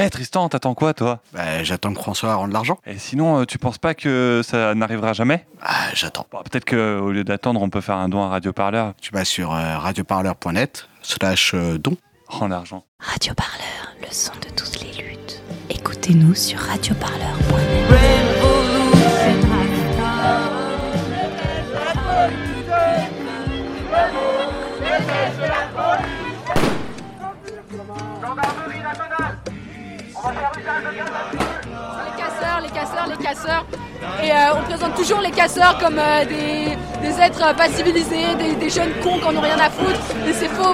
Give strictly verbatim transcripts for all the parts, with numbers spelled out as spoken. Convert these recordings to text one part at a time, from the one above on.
Hé hey, Tristan, t'attends quoi toi ? Bah, j'attends que François rende l'argent. Et sinon, euh, tu penses pas que ça n'arrivera jamais ? Ah, j'attends. Bon, peut-être qu'au lieu d'attendre, on peut faire un don à Radio Parleur. Tu vas sur euh, radioparleur point net slash euh, don. En argent. Radio Parleur, le son de toutes les luttes. Écoutez-nous sur radioparleur point net. Les casseurs, les casseurs, les casseurs. Et euh, on présente toujours les casseurs comme euh, des, des êtres pas civilisés, des, des jeunes cons qui en ont rien à foutre. Et c'est faux.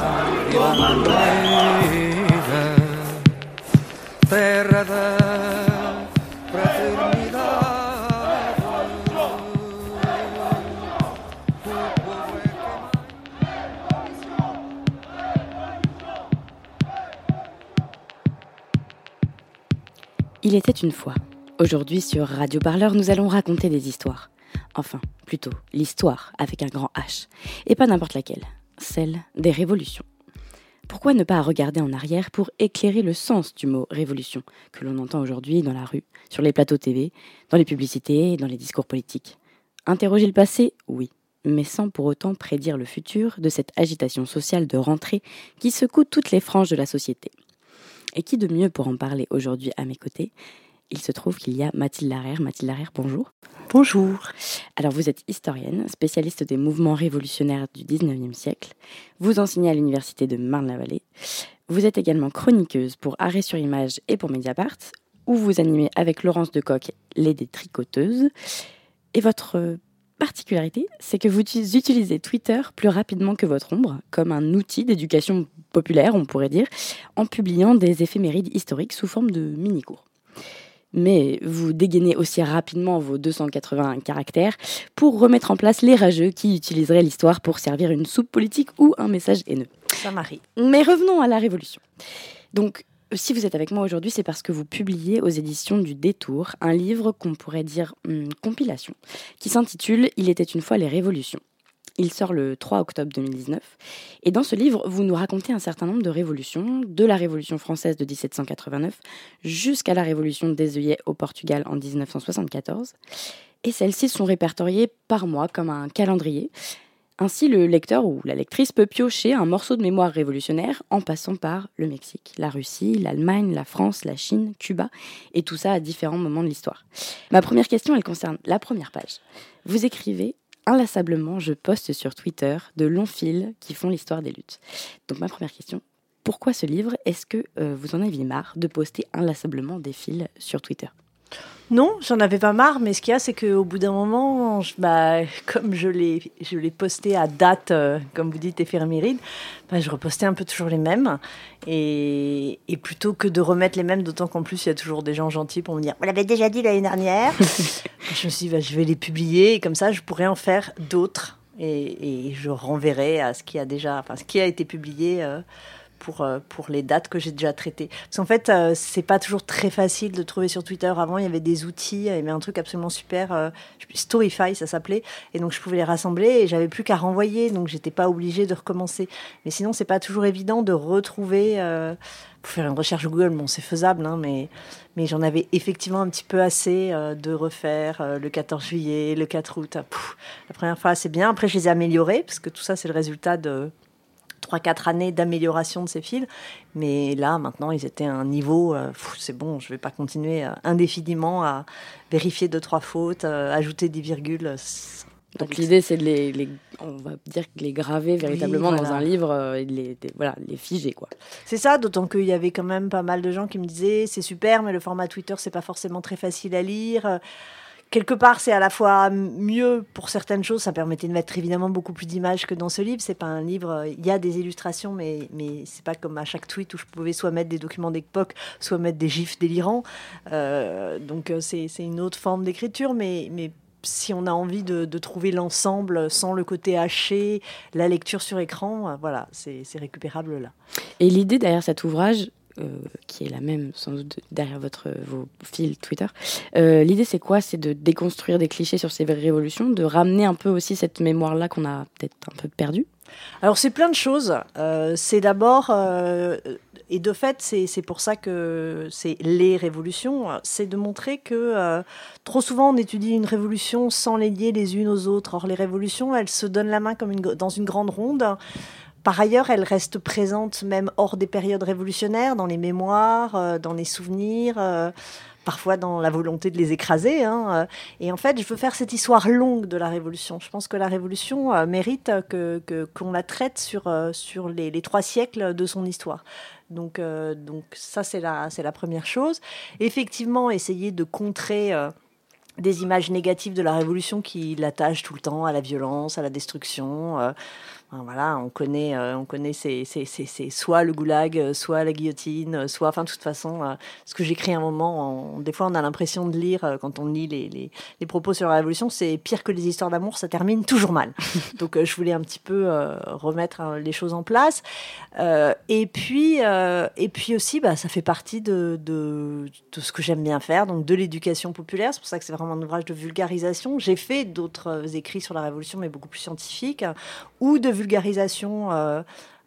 Il était une fois. Aujourd'hui, sur Radio Parleur, nous allons raconter des histoires. Enfin, plutôt, l'histoire avec un grand H. Et pas n'importe laquelle. Celle des révolutions. Pourquoi ne pas regarder en arrière pour éclairer le sens du mot « révolution » que l'on entend aujourd'hui dans la rue, sur les plateaux T V, dans les publicités et dans les discours politiques. Interroger le passé, oui, mais sans pour autant prédire le futur de cette agitation sociale de rentrée qui secoue toutes les franges de la société. Et qui de mieux pour en parler aujourd'hui à mes côtés ? Il se trouve qu'il y a Mathilde Larère. Mathilde Larère, bonjour. Bonjour. Alors vous êtes historienne, spécialiste des mouvements révolutionnaires du dix-neuvième siècle. Vous enseignez à l'université de Marne-la-Vallée. Vous êtes également chroniqueuse pour Arrêt sur Image et pour Mediapart, où vous animez avec Laurence Decoq les Détricoteuses. Et votre particularité, c'est que vous utilisez Twitter plus rapidement que votre ombre, comme un outil d'éducation populaire, on pourrait dire, en publiant des éphémérides historiques sous forme de mini-cours. Mais vous dégainez aussi rapidement vos deux cent quatre-vingts caractères pour remettre en place les rageux qui utiliseraient l'histoire pour servir une soupe politique ou un message haineux. Ça m'arrive. Mais revenons à la Révolution. Donc, si vous êtes avec moi aujourd'hui, c'est parce que vous publiez aux éditions du Détour un livre qu'on pourrait dire hum, compilation, qui s'intitule « Il était une fois les révolutions ». Il sort le trois octobre deux mille dix-neuf. Et dans ce livre, vous nous racontez un certain nombre de révolutions, de la Révolution française de dix-sept cent quatre-vingt-neuf jusqu'à la Révolution des œillets au Portugal en dix-neuf cent soixante-quatorze. Et celles-ci sont répertoriées par mois comme un calendrier. Ainsi, le lecteur ou la lectrice peut piocher un morceau de mémoire révolutionnaire en passant par le Mexique, la Russie, l'Allemagne, la France, la Chine, Cuba, et tout ça à différents moments de l'histoire. Ma première question, elle concerne la première page. Vous écrivez « Inlassablement, je poste sur Twitter de longs fils qui font l'histoire des luttes ». Donc ma première question, pourquoi ce livre ? Est-ce que euh, vous en aviez marre de poster inlassablement des fils sur Twitter ? Non, j'en avais pas marre, mais ce qu'il y a, c'est qu'au bout d'un moment, je, bah, comme je l'ai, je l'ai posté à date, euh, comme vous dites, éphéméride, bah, je repostais un peu toujours les mêmes. Et, et plutôt que de remettre les mêmes, d'autant qu'en plus, il y a toujours des gens gentils pour me dire « Vous l'avez déjà dit l'année dernière !» Je me suis dit bah, « Je vais les publier, et comme ça, je pourrais en faire d'autres. Et, et je renverrai à ce qui a déjà, enfin, ce qui a été publié euh, Pour, euh, pour les dates que j'ai déjà traitées. Parce qu'en fait, euh, c'est pas toujours très facile de trouver sur Twitter. Avant, il y avait des outils, il y avait un truc absolument super, euh, Storyfy, ça s'appelait, et donc je pouvais les rassembler et j'avais plus qu'à renvoyer, donc j'étais pas obligée de recommencer. Mais sinon, c'est pas toujours évident de retrouver, euh, pour faire une recherche Google, bon, c'est faisable, hein, mais, mais j'en avais effectivement un petit peu assez euh, de refaire euh, le quatorze juillet, le quatre août. Pouf, la première fois, c'est bien. Après, je les ai améliorés, parce que tout ça, c'est le résultat de trois quatre années d'amélioration de ces fils. Mais là, maintenant, ils étaient à un niveau... Euh, pff, c'est bon, je ne vais pas continuer euh, indéfiniment à vérifier deux, trois fautes, euh, ajouter des virgules. Donc l'idée, c'est de les, les... On va dire de les graver véritablement oui, voilà. dans un livre euh, et de les, de, voilà, les figer, quoi. C'est ça, d'autant qu'il y avait quand même pas mal de gens qui me disaient « C'est super, mais le format Twitter, c'est pas forcément très facile à lire. » Quelque part, c'est à la fois mieux pour certaines choses. Ça permettait de mettre évidemment beaucoup plus d'images que dans ce livre. C'est pas un livre. Il y a des illustrations, mais mais c'est pas comme à chaque tweet où je pouvais soit mettre des documents d'époque, soit mettre des gifs délirants. Euh, donc c'est c'est une autre forme d'écriture, mais mais si on a envie de, de trouver l'ensemble sans le côté haché, la lecture sur écran, euh, voilà, c'est c'est récupérable là. Et l'idée derrière cet ouvrage, Euh, qui est la même sans doute derrière votre, vos fils Twitter. Euh, l'idée c'est quoi ? C'est de déconstruire des clichés sur ces révolutions, de ramener un peu aussi cette mémoire-là qu'on a peut-être un peu perdue ? Alors c'est plein de choses. Euh, c'est d'abord euh, et de fait, c'est, c'est pour ça que c'est les révolutions, c'est de montrer que euh, trop souvent on étudie une révolution sans les lier les unes aux autres. Or, les révolutions, elles se donnent la main comme une, dans une grande ronde. Par ailleurs, elles restent présentes même hors des périodes révolutionnaires, dans les mémoires, euh, dans les souvenirs, euh, parfois dans la volonté de les écraser. Hein. Et en fait, je veux faire cette histoire longue de la Révolution. Je pense que la Révolution euh, mérite que, que, qu'on la traite sur, euh, sur les, les trois siècles de son histoire. Donc, euh, donc ça, c'est la, c'est la première chose. Effectivement, essayer de contrer euh, des images négatives de la Révolution qui l'attachent tout le temps à la violence, à la destruction. Euh, Voilà, on connaît, euh, on connaît c'est, c'est, c'est, c'est soit le goulag, soit la guillotine, soit, enfin, de toute façon, euh, ce que j'écris à un moment, on, des fois, on a l'impression de lire, euh, quand on lit les, les, les propos sur la Révolution, c'est pire que les histoires d'amour, ça termine toujours mal. Donc, euh, je voulais un petit peu euh, remettre euh, les choses en place. Euh, et puis, euh, et puis aussi, bah, ça fait partie de, de, de ce que j'aime bien faire, donc de l'éducation populaire. C'est pour ça que c'est vraiment un ouvrage de vulgarisation. J'ai fait d'autres écrits sur la Révolution, mais beaucoup plus scientifiques, ou de vulgarisation euh,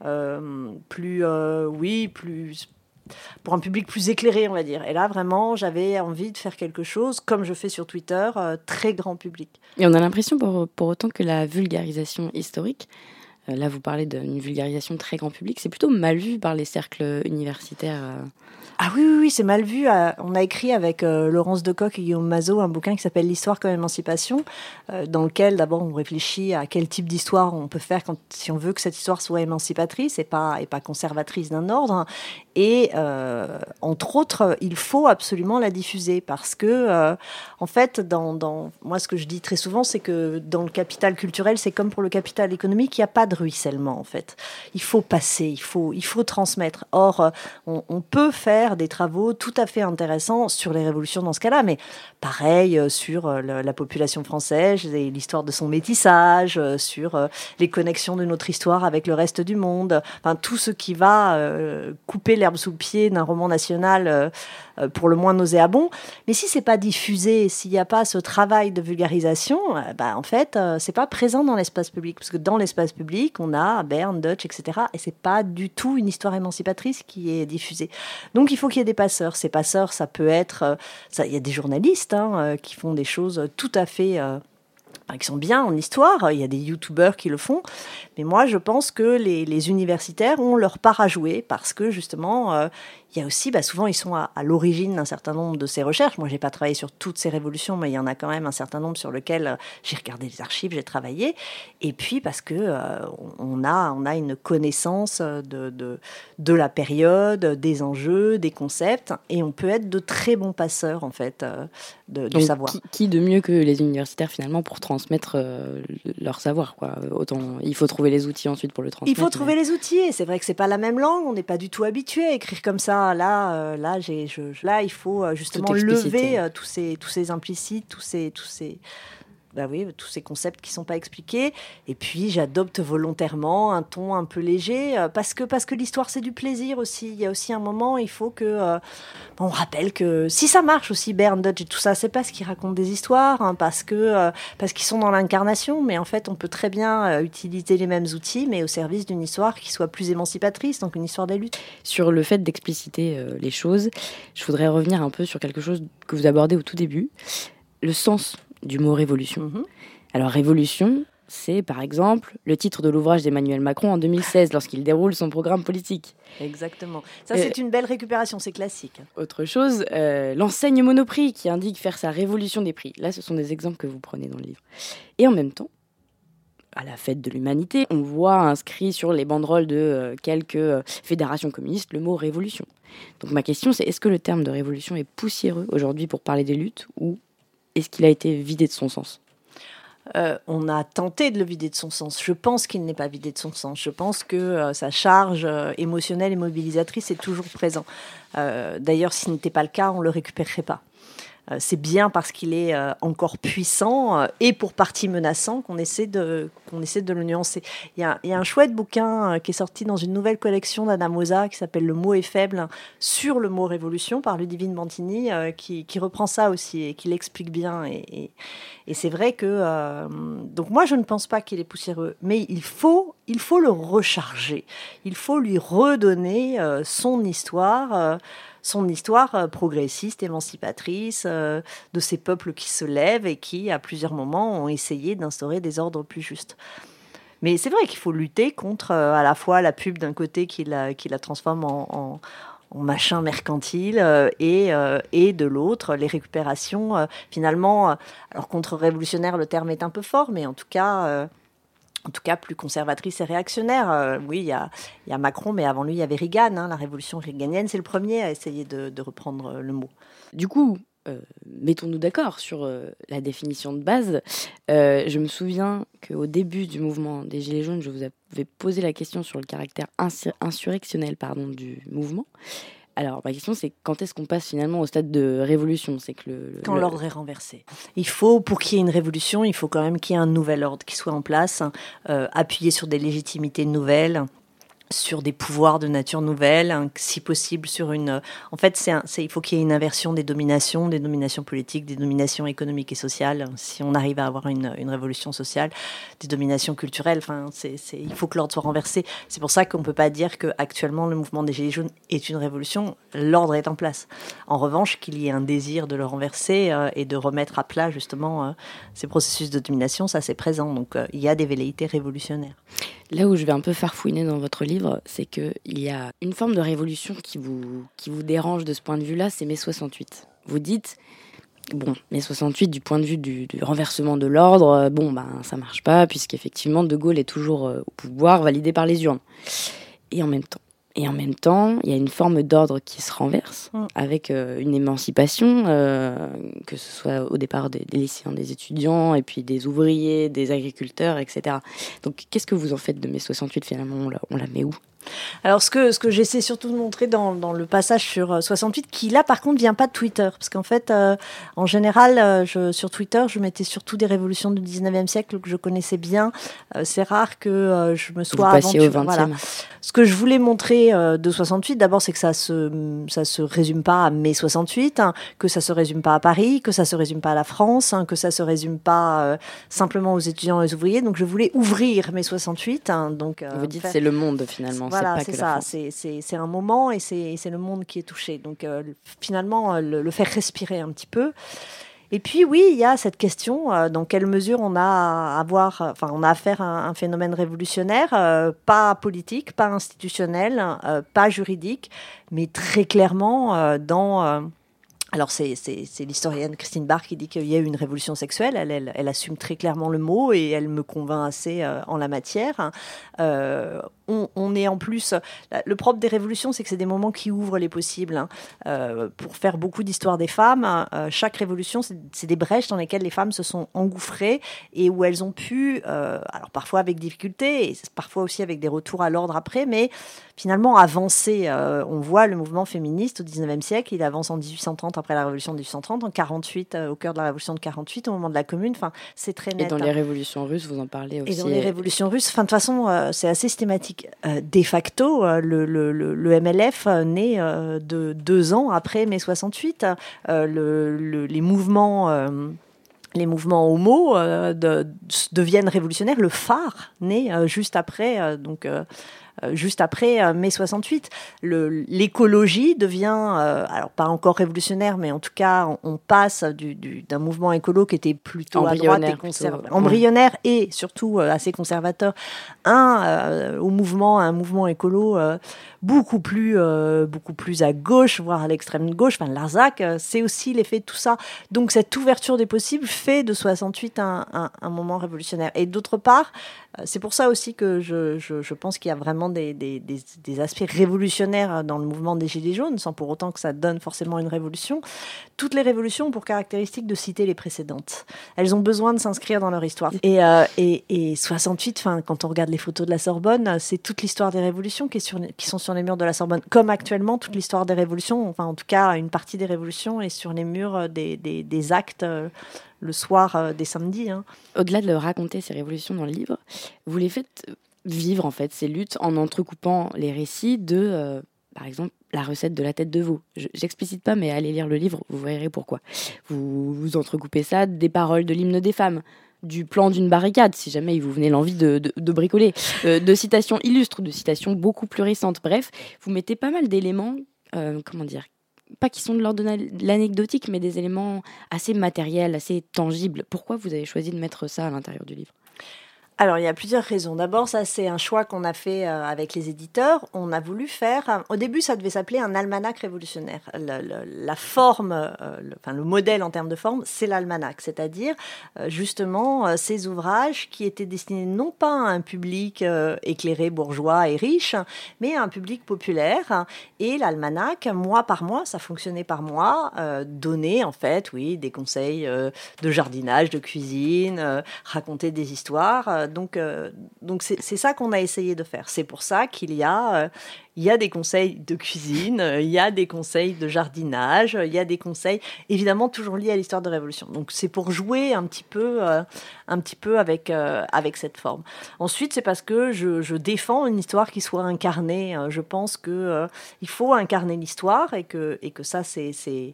euh, plus, euh, oui, plus pour un public plus éclairé, on va dire. Et là, vraiment, j'avais envie de faire quelque chose, comme je fais sur Twitter, euh, très grand public. Et on a l'impression, pour, pour autant, que la vulgarisation historique, euh, là, vous parlez d'une vulgarisation très grand public, c'est plutôt mal vu par les cercles universitaires. Euh... Ah oui, oui, oui, c'est mal vu. Euh, on a écrit avec euh, Laurence Decoq et Guillaume Mazot un bouquin qui s'appelle L'histoire comme émancipation, euh, dans lequel d'abord on réfléchit à quel type d'histoire on peut faire quand, si on veut que cette histoire soit émancipatrice et pas, et pas conservatrice d'un ordre. Et euh, entre autres, il faut absolument la diffuser parce que, euh, en fait, dans, dans, moi ce que je dis très souvent, c'est que dans le capital culturel, c'est comme pour le capital économique, il n'y a pas de ruissellement en fait. Il faut passer, il faut, il faut transmettre. Or, on, on peut faire des travaux tout à fait intéressants sur les révolutions dans ce cas-là, mais pareil sur la, la population française et l'histoire de son métissage, sur les connexions de notre histoire avec le reste du monde, enfin tout ce qui va euh, couper l'herbe sous le pied d'un roman national euh, pour le moins nauséabond. Mais si c'est pas diffusé, s'il n'y a pas ce travail de vulgarisation, euh, bah, en fait, euh, c'est pas présent dans l'espace public, parce que dans l'espace public, on a Berne, Deutsch, et cetera, et c'est pas du tout une histoire émancipatrice qui est diffusée. Donc il faut qu'il y ait des passeurs. Ces passeurs, ça peut être... Ça, il y a des journalistes hein, euh, qui font des choses tout à fait... Euh, qui sont bien en histoire, il y a des youtubeurs qui le font, mais moi je pense que les, les universitaires ont leur part à jouer parce que justement euh, il y a aussi, bah, souvent ils sont à, à l'origine d'un certain nombre de ces recherches. Moi j'ai pas travaillé sur toutes ces révolutions, mais il y en a quand même un certain nombre sur lesquels euh, j'ai regardé les archives, j'ai travaillé, et puis parce que euh, on, a, on a une connaissance de, de, de la période, des enjeux, des concepts, et on peut être de très bons passeurs en fait euh, de, du Donc, savoir. Qui, qui de mieux que les universitaires finalement pour transmettre euh, leur savoir quoi. Autant, il faut trouver les outils ensuite pour le transmettre. Il faut trouver mais... les outils, et c'est vrai que c'est pas la même langue, on n'est pas du tout habitué à écrire comme ça. Là, euh, là, j'ai, je, là, il faut euh, justement lever euh, tous ces, tous ces implicites, tous ces, tous ces, bah oui, tous ces concepts qui sont pas expliqués. Et puis, j'adopte volontairement un ton un peu léger euh, parce que parce que l'histoire c'est du plaisir aussi. Il y a aussi un moment, il faut que euh, on rappelle que si ça marche aussi, Berne, Deutsch et tout ça, c'est parce qu'ils racontent des histoires, hein, parce que euh, parce qu'ils sont dans l'incarnation. Mais en fait, on peut très bien euh, utiliser les mêmes outils, mais au service d'une histoire qui soit plus émancipatrice, donc une histoire des luttes. Sur le fait d'expliciter euh, les choses, je voudrais revenir un peu sur quelque chose que vous abordez au tout début, le sens du mot révolution. Mmh. Alors révolution, c'est par exemple le titre de l'ouvrage d'Emmanuel Macron en deux mille seize lorsqu'il déroule son programme politique. Exactement. Ça, c'est euh, une belle récupération, c'est classique. Autre chose, euh, l'enseigne Monoprix qui indique faire sa révolution des prix. Là, ce sont des exemples que vous prenez dans le livre. Et en même temps, à la fête de l'humanité, on voit inscrit sur les banderoles de euh, quelques euh, fédérations communistes le mot révolution. Donc ma question, c'est est-ce que le terme de révolution est poussiéreux aujourd'hui pour parler des luttes ou est-ce qu'il a été vidé de son sens ? euh, On a tenté de le vider de son sens. Je pense qu'il n'est pas vidé de son sens. Je pense que euh, sa charge euh, émotionnelle et mobilisatrice est toujours présente. Euh, d'ailleurs, si ce n'était pas le cas, on ne le récupérerait pas. euh, c'est bien parce qu'il est euh, encore puissant euh, et pour partie menaçant qu'on essaie de, qu'on essaie de le nuancer. Il y a, il y a un chouette bouquin euh, qui est sorti dans une nouvelle collection d'Anna Mosa qui s'appelle Le mot est faible, sur le mot révolution par Ludivine Bantini, euh, qui, qui reprend ça aussi et qui l'explique bien. Et, et, et c'est vrai que... Euh, donc moi, je ne pense pas qu'il est poussiéreux, mais il faut, il faut le recharger. Il faut lui redonner euh, son histoire... Euh, son histoire euh, progressiste, émancipatrice, euh, de ces peuples qui se lèvent et qui, à plusieurs moments, ont essayé d'instaurer des ordres plus justes. Mais c'est vrai qu'il faut lutter contre euh, à la fois la pub d'un côté qui la, qui la transforme en, en, en machin mercantile euh, et, euh, et de l'autre, les récupérations, euh, finalement, euh, alors contre-révolutionnaire, le terme est un peu fort, mais en tout cas... Euh, en tout cas plus conservatrice et réactionnaire. Euh, oui, il y a, y a Macron, mais avant lui, il y avait Reagan. Hein, la révolution reaganienne, c'est le premier à essayer de, de reprendre le mot. Du coup, euh, mettons-nous d'accord sur euh, la définition de base. Euh, je me souviens qu'au début du mouvement des Gilets jaunes, je vous avais posé la question sur le caractère insur- insurrectionnel pardon, du mouvement. Alors, ma question, c'est quand est-ce qu'on passe finalement au stade de révolution? C'est que le, Quand le... l'ordre est renversé. Il faut, pour qu'il y ait une révolution, il faut quand même qu'il y ait un nouvel ordre qui soit en place, euh, appuyé sur des légitimités nouvelles, sur des pouvoirs de nature nouvelle, hein, si possible sur une... En fait, c'est un, c'est, il faut qu'il y ait une inversion des dominations, des dominations politiques, des dominations économiques et sociales. Si on arrive à avoir une, une révolution sociale, des dominations culturelles, enfin, c'est, c'est, il faut que l'ordre soit renversé. C'est pour ça qu'on ne peut pas dire qu'actuellement, le mouvement des Gilets jaunes est une révolution. L'ordre est en place. En revanche, qu'il y ait un désir de le renverser euh, et de remettre à plat, justement, euh, ces processus de domination, ça, c'est présent. Donc, euh, il y a des velléités révolutionnaires. Là où je vais un peu farfouiner dans votre livre, c'est qu'il y a une forme de révolution qui vous, qui vous dérange de ce point de vue-là, c'est mai soixante-huit. Vous dites, bon, mai soixante-huit, du point de vue du, du renversement de l'ordre, bon, ben, ça marche pas, puisqu'effectivement, De Gaulle est toujours euh, au pouvoir, validé par les urnes. Et en même temps, Et en même temps, il y a une forme d'ordre qui se renverse, mmh. avec euh, une émancipation, euh, que ce soit au départ des, des lycéens, des étudiants, et puis des ouvriers, des agriculteurs, et cetera. Donc, qu'est-ce que vous en faites de mai soixante-huit, finalement? On la, on la met où? Alors, ce que, ce que j'essaie surtout de montrer dans, dans le passage sur soixante-huit, qui là, par contre, vient pas de Twitter. Parce qu'en fait, euh, en général, euh, je, sur Twitter, je mettais surtout des révolutions du dix-neuvième siècle que je connaissais bien. Euh, c'est rare que euh, je me sois aventurée. Voilà. Ce que je voulais montrer euh, de soixante-huit, d'abord, c'est que ça se, ça se résume pas à mai soixante-huit, hein, que ça se résume pas à Paris, que ça se résume pas à la France, hein, que ça se résume pas euh, simplement aux étudiants et aux ouvriers. Donc, je voulais ouvrir mai soixante-huit. Hein, donc, euh, vous dites faire... c'est le monde, finalement. Voilà, c'est pas c'est que ça. la France. C'est, c'est, c'est un moment et c'est, c'est le monde qui est touché. Donc, euh, finalement, euh, le, le faire respirer un petit peu. Et puis, oui, il y a cette question, euh, dans quelle mesure on a à avoir, enfin, on a affaire à un, un phénomène révolutionnaire, euh, pas politique, pas institutionnel, euh, pas juridique, mais très clairement euh, dans... Euh, Alors, c'est, c'est, c'est l'historienne Christine Barr qui dit qu'il y a eu une révolution sexuelle. Elle, elle, elle assume très clairement le mot et elle me convainc assez euh, en la matière. Euh, on, on est en plus... Le propre des révolutions, c'est que c'est des moments qui ouvrent les possibles. Hein. Euh, pour faire beaucoup d'histoires des femmes, euh, chaque révolution, c'est, c'est des brèches dans lesquelles les femmes se sont engouffrées et où elles ont pu, euh, alors parfois avec difficulté, et parfois aussi avec des retours à l'ordre après, mais finalement avancer. Euh, on voit le mouvement féministe au dix-neuvième siècle, il avance en dix-huit cent trente après la révolution de dix-huit cent trente, en quarante-huit, euh, au cœur de la révolution de quarante-huit, au moment de la Commune. Enfin, c'est très net. Et dans les révolutions russes, vous en parlez aussi. Et dans les révolutions russes, enfin, de toute façon, euh, c'est assez systématique. Euh, de facto, euh, le, le, le, le M L F euh, naît euh, de deux ans après mai soixante-huit. Euh, le, le, les mouvements... Euh, Les mouvements homo euh, de, de, deviennent révolutionnaires. Le phare naît euh, juste après, euh, donc euh, euh, juste après euh, mai soixante-huit. Le, l'écologie devient, euh, alors pas encore révolutionnaire, mais en tout cas, on, on passe du, du, d'un mouvement écolo qui était plutôt à droite et conservateur, embryonnaire et surtout euh, assez conservateur, un euh, au mouvement, un mouvement écolo euh, beaucoup plus, euh, beaucoup plus à gauche, voire à l'extrême gauche. Enfin, Larzac, euh, c'est aussi l'effet de tout ça. Donc cette ouverture des possibles fait de soixante-huit un, un, un moment révolutionnaire. Et d'autre part, C'est pour ça aussi que je, je, je pense qu'il y a vraiment des, des, des, des aspects révolutionnaires dans le mouvement des Gilets jaunes, sans pour autant que ça donne forcément une révolution. Toutes les révolutions ont pour caractéristique de citer les précédentes. Elles ont besoin de s'inscrire dans leur histoire. Et, euh, et, et soixante-huit, quand on regarde les photos de la Sorbonne, c'est toute l'histoire des révolutions qui, est sur, qui sont sur les murs de la Sorbonne. Comme actuellement, toute l'histoire des révolutions, enfin en tout cas une partie des révolutions est sur les murs des, des, des actes euh, le soir euh, des samedis. Hein. Au-delà de raconter ces révolutions dans le livre, vous les faites vivre en fait ces luttes en entrecoupant les récits de, euh, par exemple, la recette de la tête de veau. Je, j'explicite pas, mais allez lire le livre, vous verrez pourquoi. Vous, vous entrecoupez ça des paroles de l'hymne des femmes, du plan d'une barricade, si jamais il vous venait l'envie de, de, de bricoler, euh, de citations illustres, de citations beaucoup plus récentes. Bref, vous mettez pas mal d'éléments, euh, comment dire, pas qui sont de l'ordre de l'anecdotique, mais des éléments assez matériels, assez tangibles. Pourquoi vous avez choisi de mettre ça à l'intérieur du livre ? Alors, il y a plusieurs raisons. D'abord, ça, c'est un choix qu'on a fait euh, avec les éditeurs. On a voulu faire... Euh, au début, ça devait s'appeler un almanach révolutionnaire. Le, le, la forme, euh, le, enfin, le modèle en termes de forme, c'est l'almanach. C'est-à-dire, euh, justement, euh, ces ouvrages qui étaient destinés non pas à un public euh, éclairé, bourgeois et riche, mais à un public populaire. Et l'almanach, mois par mois, ça fonctionnait par mois, euh, donnait, en fait, oui, des conseils euh, de jardinage, de cuisine, euh, raconter des histoires... Euh, Donc, euh, donc c'est, c'est ça qu'on a essayé de faire. C'est pour ça qu'il y a, euh, il y a des conseils de cuisine, euh, il y a des conseils de jardinage, il y a des conseils, évidemment, toujours liés à l'histoire de Révolution. Donc, c'est pour jouer un petit peu, euh, un petit peu avec, euh, avec cette forme. Ensuite, c'est parce que je, je défends une histoire qui soit incarnée. Je pense qu'il euh, faut incarner l'histoire et que, et que ça, c'est... c'est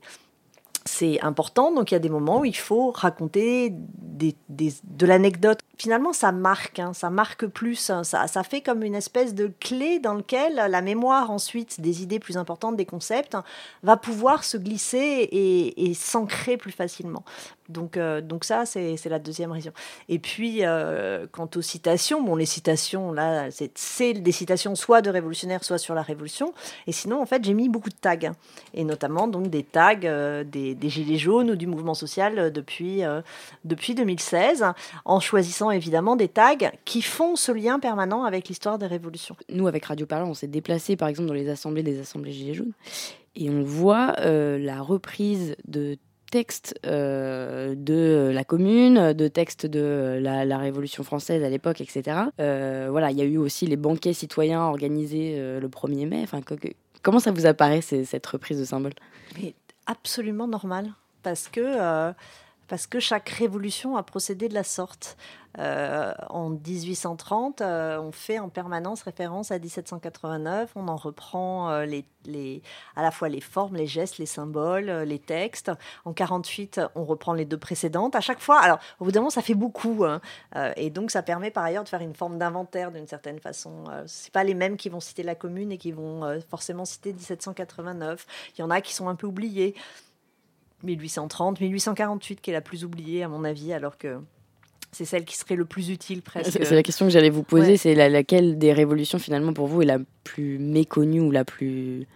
C'est important, donc il y a des moments où il faut raconter des, des, de l'anecdote. Finalement, ça marque, hein, ça marque plus, hein, ça, ça fait comme une espèce de clé dans laquelle la mémoire ensuite des idées plus importantes, des concepts, hein, va pouvoir se glisser et, et s'ancrer plus facilement. Donc, euh, donc ça, c'est, c'est la deuxième raison. Et puis, euh, quant aux citations, bon, les citations, là, c'est, c'est des citations soit de révolutionnaires, soit sur la Révolution. Et sinon, en fait, j'ai mis beaucoup de tags, hein, et notamment donc des tags euh, des, des Gilets jaunes ou du mouvement social depuis, euh, depuis deux mille seize, en choisissant évidemment des tags qui font ce lien permanent avec l'histoire des révolutions. Nous, avec Radio Parleur, on s'est déplacés, par exemple, dans les assemblées des assemblées Gilets jaunes, et on voit euh, la reprise de textes euh, de la Commune, de textes de la, la Révolution française à l'époque, et cetera. Euh, voilà, il y a eu aussi les banquets citoyens organisés euh, le premier mai. Enfin, que, que, comment ça vous apparaît, ces, cette reprise de symboles ? Mais absolument normal, parce que, euh, parce que chaque révolution a procédé de la sorte. Euh, en dix-huit cent trente, euh, on fait en permanence référence à dix-sept cent quatre-vingt-neuf, on en reprend euh, les, les, à la fois les formes, les gestes, les symboles, euh, les textes. En quarante-huit, on reprend les deux précédentes. À chaque fois, alors au bout d'un moment, ça fait beaucoup, hein, euh, et donc ça permet par ailleurs de faire une forme d'inventaire d'une certaine façon. Euh, c'est pas les mêmes qui vont citer la Commune et qui vont euh, forcément citer dix-sept cent quatre-vingt-neuf. Il y en a qui sont un peu oubliés. dix-huit cent trente, dix-huit cent quarante-huit qui est la plus oubliée à mon avis, alors que c'est celle qui serait le plus utile presque. C'est, c'est la question que j'allais vous poser, Ouais. c'est la, laquelle des révolutions finalement pour vous est la plus méconnue ou la plus...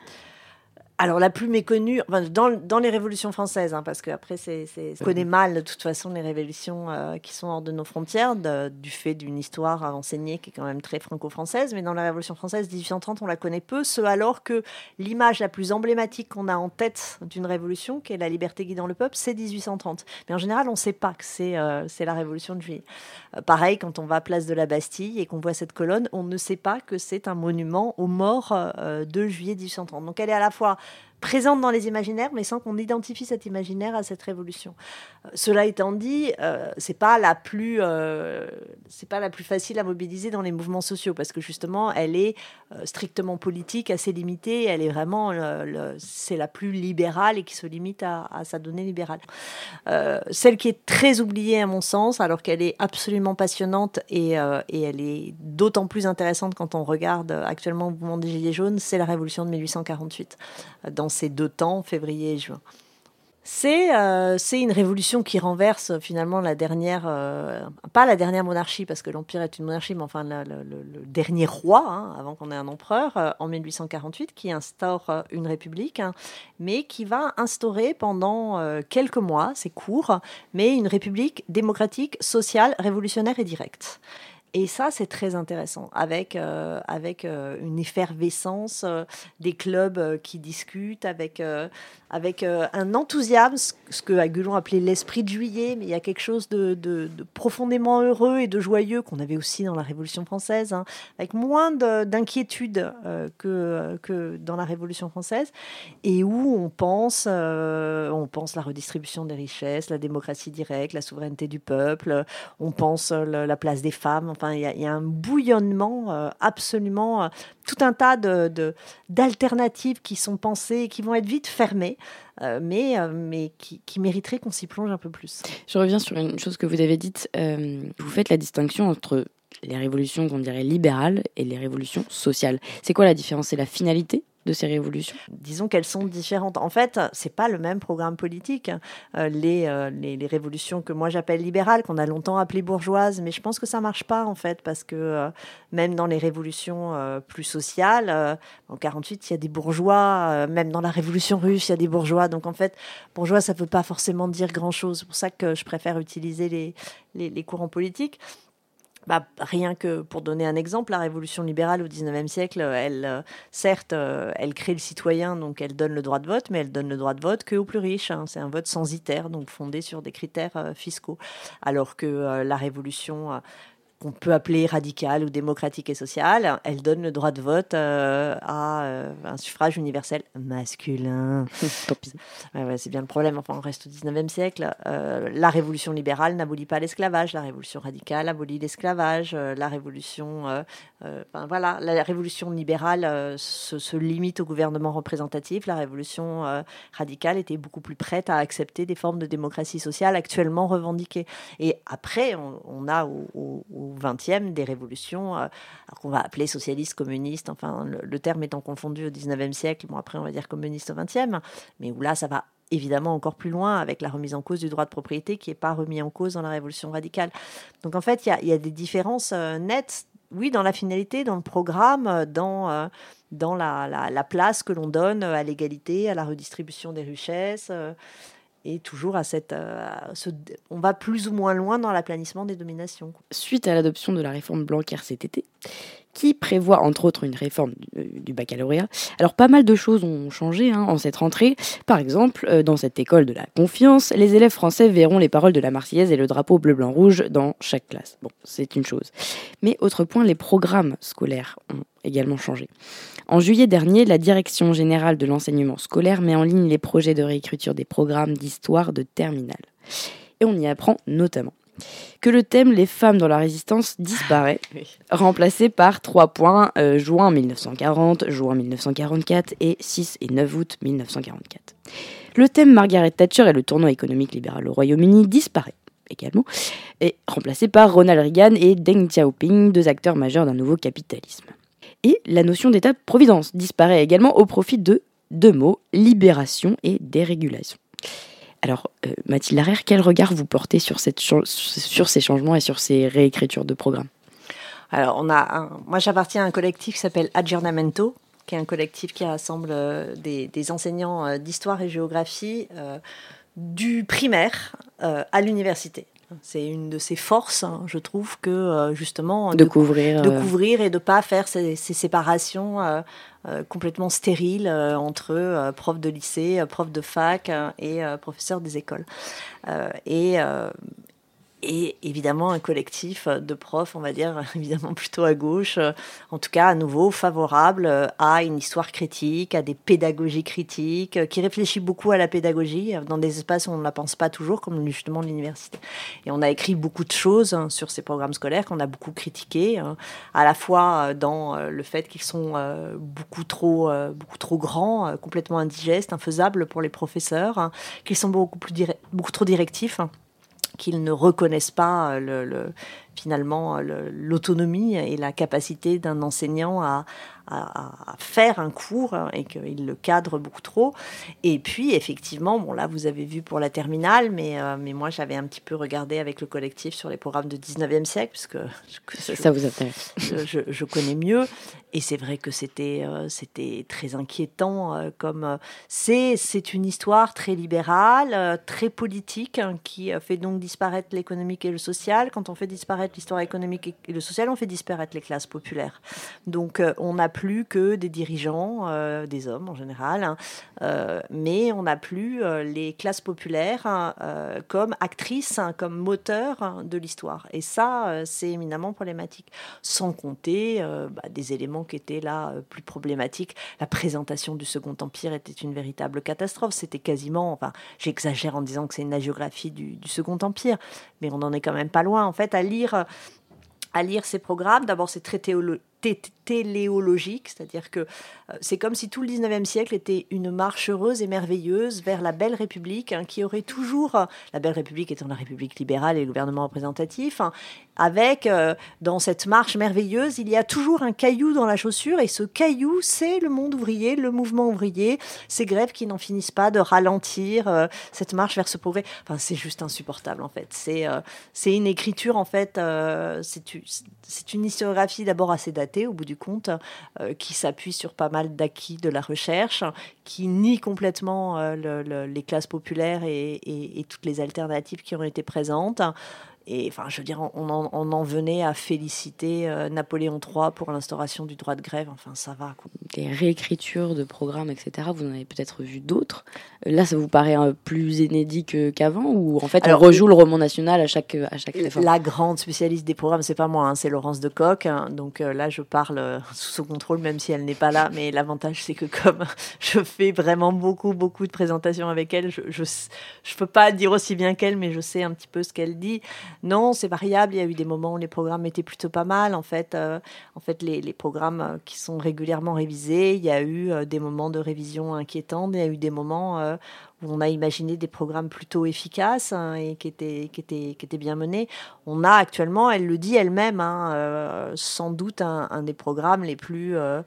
Alors, la plus méconnue, enfin, dans, dans les révolutions françaises, hein, parce qu'après, c'est, c'est, on connaît mal, de toute façon, les révolutions euh, qui sont hors de nos frontières, de, du fait d'une histoire enseignée qui est quand même très franco-française. Mais dans la Révolution française, dix-huit cent trente, on la connaît peu, ce alors que l'image la plus emblématique qu'on a en tête d'une révolution, qui est la liberté guidant le peuple, c'est dix-huit cent trente. Mais en général, on ne sait pas que c'est, euh, c'est la Révolution de juillet. Euh, pareil, quand on va à Place de la Bastille et qu'on voit cette colonne, on ne sait pas que c'est un monument aux morts euh, de juillet dix-huit cent trente. Donc, elle est à la fois présente dans les imaginaires, mais sans qu'on identifie cet imaginaire à cette révolution. Euh, cela étant dit, euh, c'est pas la plus, euh, c'est pas la plus facile à mobiliser dans les mouvements sociaux, parce que justement, elle est euh, strictement politique, assez limitée. Elle est vraiment, le, le, c'est la plus libérale et qui se limite à, à sa donnée libérale. Euh, celle qui est très oubliée à mon sens, alors qu'elle est absolument passionnante et, euh, et elle est d'autant plus intéressante quand on regarde actuellement le mouvement des Gilets jaunes, c'est la Révolution de dix-huit cent quarante-huit. Dans ces deux temps, février et juin. C'est, euh, c'est une révolution qui renverse finalement la dernière, euh, pas la dernière monarchie, parce que l'Empire est une monarchie, mais enfin le, le, le dernier roi, hein, avant qu'on ait un empereur, euh, en dix-huit cent quarante-huit, qui instaure euh, une république, hein, mais qui va instaurer pendant euh, quelques mois, c'est court, mais une république démocratique, sociale, révolutionnaire et directe. Et ça, c'est très intéressant, avec, euh, avec euh, une effervescence, euh, des clubs euh, qui discutent, avec, euh, avec euh, un enthousiasme, ce que Agulon appelait l'esprit de juillet, mais il y a quelque chose de, de, de profondément heureux et de joyeux qu'on avait aussi dans la Révolution française, hein, avec moins de, d'inquiétude euh, que, que dans la Révolution française, et où on pense, euh, on pense la redistribution des richesses, la démocratie directe, la souveraineté du peuple, on pense euh, la place des femmes. Enfin, il y, y a un bouillonnement euh, absolument, euh, tout un tas de, de, d'alternatives qui sont pensées et qui vont être vite fermées, euh, mais, euh, mais qui, qui mériteraient qu'on s'y plonge un peu plus. Je reviens sur une chose que vous avez dite. Euh, vous faites la distinction entre les révolutions qu'on dirait libérales et les révolutions sociales. C'est quoi la différence ? C'est la finalité de ces révolutions ? Disons qu'elles sont différentes. En fait, c'est pas le même programme politique. Euh, les, euh, les, les révolutions que moi j'appelle libérales, qu'on a longtemps appelées bourgeoises, mais je pense que ça marche pas en fait, parce que euh, même dans les révolutions euh, plus sociales, euh, en quarante-huit, il y a des bourgeois, euh, même dans la révolution russe, il y a des bourgeois. Donc en fait, bourgeois, ça veut pas forcément dire grand-chose. C'est pour ça que je préfère utiliser les, les, les courants politiques. Bah, rien que pour donner un exemple, la révolution libérale au dix-neuvième siècle, elle, euh, certes, euh, elle crée le citoyen, donc elle donne le droit de vote, mais elle donne le droit de vote qu'aux plus riches. Hein. C'est un vote censitaire, donc fondé sur des critères euh, fiscaux. Alors que euh, la révolution euh, qu'on peut appeler radicale ou démocratique et sociale, elle donne le droit de vote euh, à euh, un suffrage universel masculin. ouais, ouais, c'est bien le problème. Enfin, on reste au dix-neuvième siècle. Euh, la révolution libérale n'abolit pas l'esclavage. La révolution radicale abolit l'esclavage. Euh, la révolution, euh, euh, enfin, voilà, la révolution libérale euh, se, se limite au gouvernement représentatif. La révolution euh, radicale était beaucoup plus prête à accepter des formes de démocratie sociale actuellement revendiquées. Et après, on, on a au, au, au vingtième des révolutions euh, qu'on va appeler socialistes, communistes, enfin le, le terme étant confondu au dix-neuvième siècle, bon après on va dire communiste au vingtième, mais où là ça va évidemment encore plus loin avec la remise en cause du droit de propriété qui n'est pas remis en cause dans la révolution radicale. Donc en fait il y, y a des différences euh, nettes, oui, dans la finalité, dans le programme, dans, euh, dans la, la, la place que l'on donne à l'égalité, à la redistribution des richesses, euh, et toujours à cette, euh, à ce, on va plus ou moins loin dans l'aplanissement des dominations. Suite à l'adoption de la réforme Blanquer cet été, qui prévoit entre autres une réforme du, du baccalauréat, alors pas mal de choses ont changé hein, en cette rentrée. Par exemple, euh, dans cette école de la confiance, les élèves français verront les paroles de la Marseillaise et le drapeau bleu-blanc-rouge dans chaque classe. Bon, c'est une chose. Mais autre point, les programmes scolaires ont également changé. En juillet dernier, la Direction générale de l'enseignement scolaire met en ligne les projets de réécriture des programmes d'histoire de terminale. Et on y apprend notamment que le thème « Les femmes dans la résistance » disparaît, Oui. remplacé par trois points euh, juin mille neuf cent quarante, juin mille neuf cent quarante-quatre et six et neuf août mille neuf cent quarante-quatre. Le thème « Margaret Thatcher et le tournoi économique libéral au Royaume-Uni » disparaît également, et remplacé par Ronald Reagan et Deng Xiaoping, deux acteurs majeurs d'un nouveau capitalisme. Et la notion d'État-providence disparaît également au profit de deux mots, libération et dérégulation. Alors, euh, Mathilde Larère, quel regard vous portez sur, cette ch- sur ces changements et sur ces réécritures de programmes ? Alors, on a un, moi, j'appartiens à un collectif qui s'appelle Aggiornamento, qui est un collectif qui rassemble euh, des, des enseignants euh, d'histoire et géographie euh, du primaire euh, à l'université. C'est une de ses forces, hein, je trouve, que euh, justement de, de couvrir, de euh... couvrir et de ne pas faire ces, ces séparations euh, euh, complètement stériles euh, entre euh, profs de lycée, euh, profs de fac euh, et euh, professeurs des écoles. Euh, et, euh, et évidemment un collectif de profs, on va dire évidemment plutôt à gauche, euh, en tout cas à nouveau favorable euh, à une histoire critique, à des pédagogies critiques, euh, qui réfléchit beaucoup à la pédagogie euh, dans des espaces où on ne la pense pas toujours, comme justement l'université. Et on a écrit beaucoup de choses hein, sur ces programmes scolaires qu'on a beaucoup critiqués, hein, à la fois euh, dans euh, le fait qu'ils sont euh, beaucoup trop, euh, beaucoup trop grands, euh, complètement indigestes, infaisables pour les professeurs, hein, qu'ils sont beaucoup, plus dire- beaucoup trop directifs, hein, qu'ils ne reconnaissent pas le, le, finalement le, l'autonomie et la capacité d'un enseignant à, à, à faire un cours et qu'il le cadre beaucoup trop. Et puis, effectivement, bon, là, vous avez vu pour la terminale, mais, euh, mais moi, j'avais un petit peu regardé avec le collectif sur les programmes du dix-neuvième siècle, puisque je, Ça vous intéresse. je, je, je connais mieux. Et c'est vrai que c'était, euh, c'était très inquiétant. Euh, comme euh, c'est, c'est une histoire très libérale, euh, très politique, hein, qui euh, fait donc disparaître l'économique et le social. Quand on fait disparaître l'histoire économique et le social, on fait disparaître les classes populaires. Donc, euh, on n'a plus que des dirigeants, euh, des hommes en général, hein, euh, mais on n'a plus euh, les classes populaires hein, euh, comme actrices, hein, comme moteurs hein, de l'histoire. Et ça, euh, c'est éminemment problématique. Sans compter euh, bah, des éléments qui étaient là euh, plus problématiques. La présentation du Second Empire était une véritable catastrophe. C'était quasiment, enfin, j'exagère en disant que c'est une hagiographie du, du Second Empire, mais on n'en est quand même pas loin. En fait, à lire, à lire ces programmes, d'abord c'est très théolo- té- téléologique, c'est-à-dire que euh, c'est comme si tout le dix-neuvième siècle était une marche heureuse et merveilleuse vers la belle République, hein, qui aurait toujours, euh, la belle République étant la République libérale et le gouvernement représentatif, hein, avec, euh, dans cette marche merveilleuse, il y a toujours un caillou dans la chaussure, et ce caillou, c'est le monde ouvrier, le mouvement ouvrier, ces grèves qui n'en finissent pas de ralentir euh, cette marche vers ce progrès. Enfin, c'est juste insupportable, en fait. C'est, euh, c'est une écriture, en fait, euh, c'est, c'est une historiographie d'abord assez datée, au bout du compte, euh, qui s'appuie sur pas mal d'acquis de la recherche, qui nie complètement euh, le, le, les classes populaires et, et, et toutes les alternatives qui ont été présentes. Et enfin, je veux dire, on en, on en venait à féliciter euh, Napoléon trois pour l'instauration du droit de grève. Enfin, ça va, quoi. Des réécritures de programmes, et cetera. Vous en avez peut-être vu d'autres. Là, ça vous paraît euh, plus inédit que, qu'avant, ou en fait, Alors, on rejoue le roman national à chaque à chaque réforme? La grande spécialiste des programmes, c'est pas moi, hein, c'est Laurence de Coq. Hein, donc euh, là, je parle euh, sous son contrôle, même si elle n'est pas là. Mais l'avantage, c'est que comme je fais vraiment beaucoup, beaucoup de présentations avec elle, je, je, je peux pas dire aussi bien qu'elle, mais je sais un petit peu ce qu'elle dit. Non, c'est variable. Il y a eu des moments où les programmes étaient plutôt pas mal. En fait, euh, en fait les, les programmes qui sont régulièrement révisés, il y a eu euh, des moments de révision inquiétants. Il y a eu des moments euh, où on a imaginé des programmes plutôt efficaces hein, et qui étaient, qui, étaient, qui étaient bien menés. On a actuellement, elle le dit elle-même, hein, euh, sans doute un, un des programmes les plus... Euh,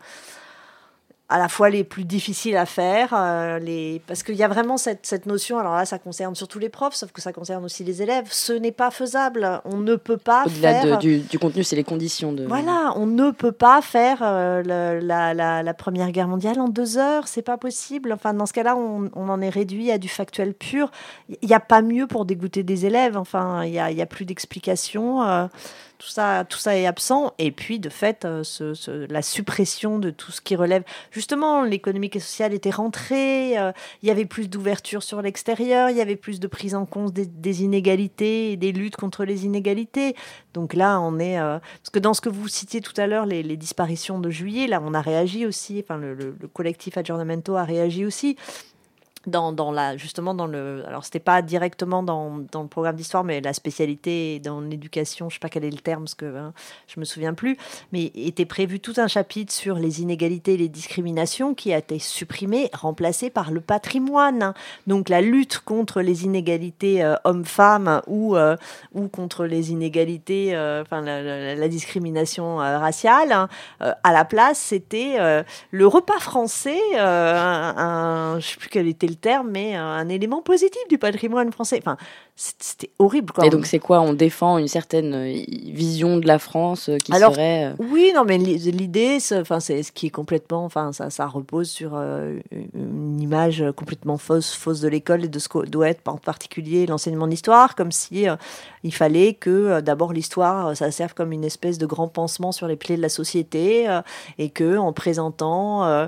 à la fois les plus difficiles à faire, euh, les... parce qu'il y a vraiment cette, cette notion, alors là ça concerne surtout les profs, sauf que ça concerne aussi les élèves, ce n'est pas faisable, on ne peut pas Au-delà faire... de, du, du contenu, c'est les conditions de... Voilà, on ne peut pas faire euh, le, la, la, la Première Guerre mondiale en deux heures, c'est pas possible. Enfin, dans ce cas-là, on, on en est réduit à du factuel pur. Il n'y a pas mieux pour dégoûter des élèves, enfin, il n'y a, y a plus d'explications... Euh... Tout ça, tout ça est absent. Et puis, de fait, euh, ce, ce, la suppression de tout ce qui relève... Justement, l'économique et sociale était rentrée. Euh, il y avait plus d'ouverture sur l'extérieur. Il y avait plus de prise en compte des, des inégalités et des luttes contre les inégalités. Donc là, on est... Euh, parce que dans ce que vous citiez tout à l'heure, les, les disparitions de juillet, là, on a réagi aussi. Enfin, le, le, le collectif Aggiornamento a réagi aussi. Dans, dans la, justement dans le, alors c'était pas directement dans, dans le programme d'histoire, mais la spécialité dans l'éducation, je sais pas quel est le terme, parce que hein, je me souviens plus, mais était prévu tout un chapitre sur les inégalités et les discriminations qui a été supprimé, remplacé par le patrimoine. Donc la lutte contre les inégalités euh, hommes-femmes ou euh, ou contre les inégalités, euh, enfin la, la, la discrimination euh, raciale, hein, euh, à la place c'était euh, le repas français, euh, un, un, je sais plus quel était le terme, mais un élément positif du patrimoine français. Enfin, c'était horrible. Quoi. Et donc, c'est quoi? On défend une certaine vision de la France qui Alors, serait... Euh... Oui, non, mais l'idée, c'est, enfin, c'est ce qui est complètement... Enfin, ça, ça repose sur euh, une image complètement fausse, fausse de l'école et de ce que doit être, en particulier, l'enseignement d'histoire, comme si euh, il fallait que, euh, d'abord, l'histoire, ça serve comme une espèce de grand pansement sur les plaies de la société euh, et que, en présentant... Euh,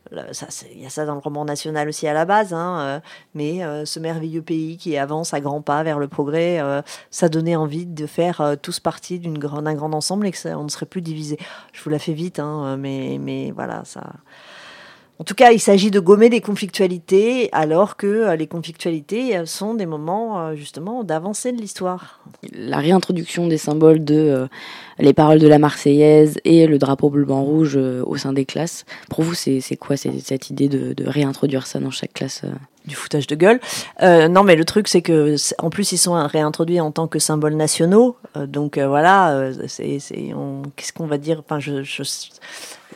il y a ça dans le roman national aussi à la base, hein, euh, mais euh, ce merveilleux pays qui avance à grands pas vers le progrès, euh, ça donnait envie de faire euh, tous partie d'une grand, d'un grand ensemble et que ça, on ne serait plus divisé. Je vous la fais vite, hein, mais, mais voilà, ça... En tout cas, il s'agit de gommer des conflictualités, alors que euh, les conflictualités sont des moments, euh, justement, d'avancée de l'histoire. La réintroduction des symboles de euh, les paroles de la Marseillaise et le drapeau bleu-blanc-rouge euh, au sein des classes, pour vous, c'est, c'est quoi c'est, cette idée de, de réintroduire ça dans chaque classe euh Du foutage de gueule. Euh, non, mais le truc, c'est que, c'est, en plus, ils sont réintroduits en tant que symboles nationaux. Euh, donc, euh, voilà, euh, c'est, c'est, on, qu'est-ce qu'on va dire enfin, je, je,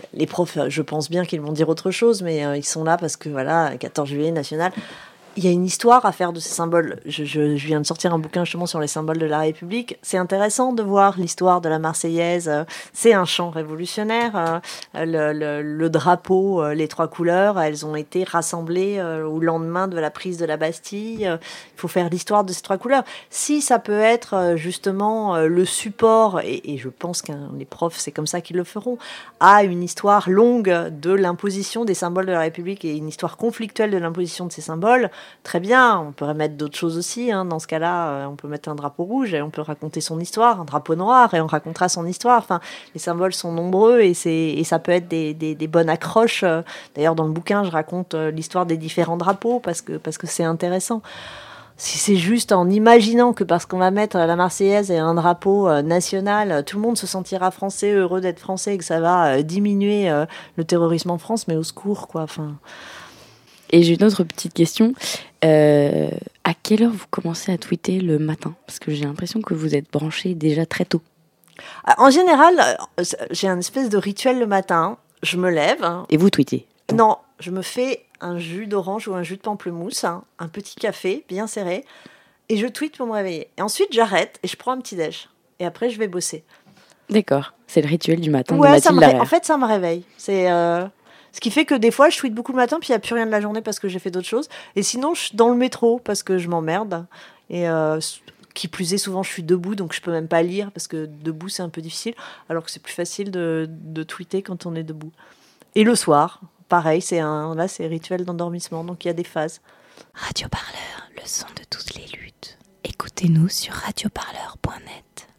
les profs, je pense bien qu'ils vont dire autre chose, mais euh, ils sont là parce que voilà, quatorze juillet national. Il y a une histoire à faire de ces symboles. Je, je, je viens de sortir un bouquin justement sur les symboles de la République. C'est intéressant de voir l'histoire de la Marseillaise. C'est un chant révolutionnaire. Le, le, le drapeau, les trois couleurs, elles ont été rassemblées au lendemain de la prise de la Bastille. Il faut faire l'histoire de ces trois couleurs. Si ça peut être justement le support, et, et je pense que les profs, c'est comme ça qu'ils le feront, à une histoire longue de l'imposition des symboles de la République et une histoire conflictuelle de l'imposition de ces symboles, très bien, on pourrait mettre d'autres choses aussi. Hein. Dans ce cas-là, euh, on peut mettre un drapeau rouge et on peut raconter son histoire, un drapeau noir et on racontera son histoire. Enfin, les symboles sont nombreux et, c'est, et ça peut être des, des, des bonnes accroches. D'ailleurs, dans le bouquin, je raconte l'histoire des différents drapeaux parce que, parce que c'est intéressant. Si c'est juste en imaginant que parce qu'on va mettre la Marseillaise et un drapeau euh, national, tout le monde se sentira français, heureux d'être français et que ça va euh, diminuer euh, le terrorisme en France, mais au secours, quoi. Enfin... Et j'ai une autre petite question. Euh, à quelle heure vous commencez à tweeter le matin ? Parce que j'ai l'impression que vous êtes branché déjà très tôt. En général, j'ai un espèce de rituel le matin. Je me lève. Et vous tweetez ? Non, je me fais un jus d'orange ou un jus de pamplemousse, hein, un petit café bien serré, et je tweete pour me réveiller. Et ensuite, j'arrête et je prends un petit déj. Et après, je vais bosser. D'accord. C'est le rituel du matin ouais, de Mathilde ça me Larère. En fait, ça me réveille. C'est... Euh... Ce qui fait que des fois, je tweete beaucoup le matin, puis il n'y a plus rien de la journée parce que j'ai fait d'autres choses. Et sinon, je suis dans le métro parce que je m'emmerde. Et euh, qui plus est, souvent, je suis debout, donc je peux même pas lire parce que debout, c'est un peu difficile. Alors que c'est plus facile de, de tweeter quand on est debout. Et le soir, pareil, c'est un, là, c'est rituel d'endormissement, donc il y a des phases. Radio Parleur, le son de toutes les luttes. Écoutez-nous sur radioparleur point net.